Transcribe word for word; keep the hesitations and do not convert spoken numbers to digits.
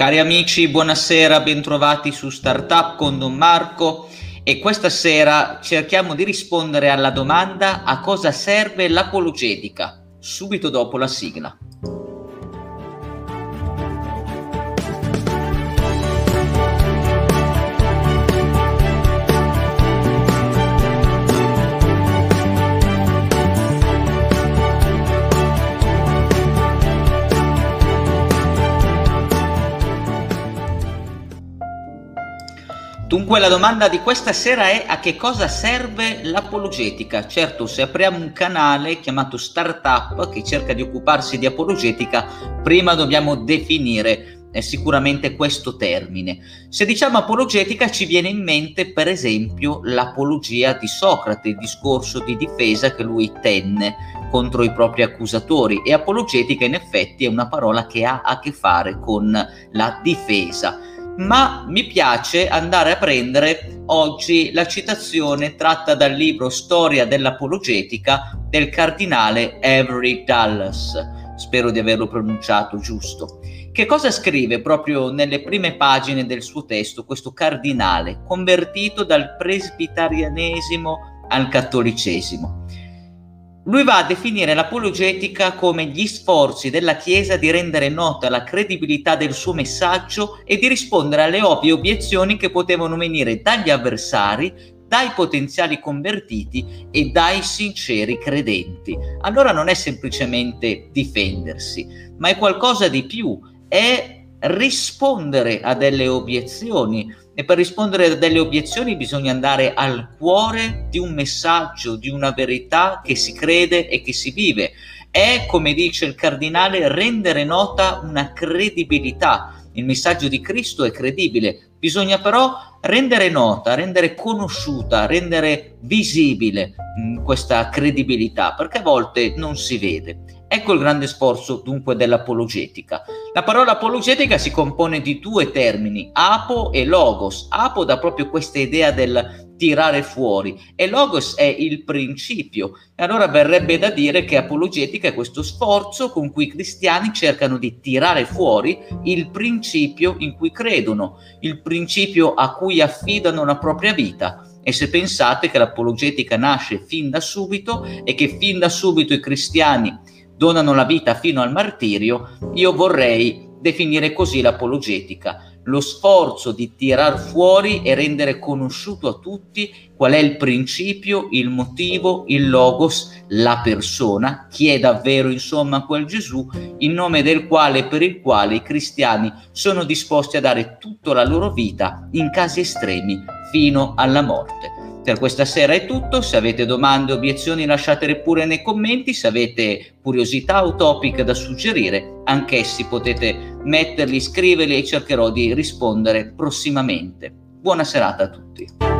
Cari amici, buonasera, bentrovati su Startup con Don Marco e questa sera cerchiamo di rispondere alla domanda: a cosa serve l'apologetica? Subito dopo la sigla. Dunque la domanda di questa sera è: a che cosa serve l'apologetica? Certo, se apriamo un canale chiamato Startup che cerca di occuparsi di apologetica, prima dobbiamo definire eh, sicuramente questo termine. Se diciamo apologetica ci viene in mente per esempio l'apologia di Socrate, il discorso di difesa che lui tenne contro i propri accusatori, e apologetica in effetti è una parola che ha a che fare con la difesa. Ma mi piace andare a prendere oggi la citazione tratta dal libro Storia dell'apologetica del cardinale Avery Dulles, spero di averlo pronunciato giusto. Che cosa scrive proprio nelle prime pagine del suo testo questo cardinale, convertito dal presbiterianesimo al cattolicesimo? Lui va a definire l'apologetica come gli sforzi della Chiesa di rendere nota la credibilità del suo messaggio e di rispondere alle ovvie obiezioni che potevano venire dagli avversari, dai potenziali convertiti e dai sinceri credenti. Allora non è semplicemente difendersi, ma è qualcosa di più, è rispondere a delle obiezioni. E per rispondere a delle obiezioni bisogna andare al cuore di un messaggio, di una verità che si crede e che si vive. È, come dice il cardinale, rendere nota una credibilità. Il messaggio di Cristo è credibile, bisogna però rendere nota, rendere conosciuta, rendere visibile mh, questa credibilità, perché a volte non si vede. Ecco il grande sforzo dunque dell'apologetica. La parola apologetica si compone di due termini, apo e logos. Apo dà proprio questa idea del tirare fuori e logos è il principio. E allora verrebbe da dire che apologetica è questo sforzo con cui i cristiani cercano di tirare fuori il principio in cui credono, il principio a cui affidano la propria vita. E se pensate che l'apologetica nasce fin da subito e che fin da subito i cristiani donano la vita fino al martirio, io vorrei definire così l'apologetica: lo sforzo di tirar fuori e rendere conosciuto a tutti qual è il principio, il motivo, il logos, la persona, chi è davvero insomma quel Gesù, in nome del quale e per il quale i cristiani sono disposti a dare tutta la loro vita in casi estremi fino alla morte. Per questa sera è tutto. Se avete domande o obiezioni lasciatele pure nei commenti. Se avete curiosità o topic da suggerire, anch'essi potete metterli, scriverli e cercherò di rispondere prossimamente. Buona serata a tutti.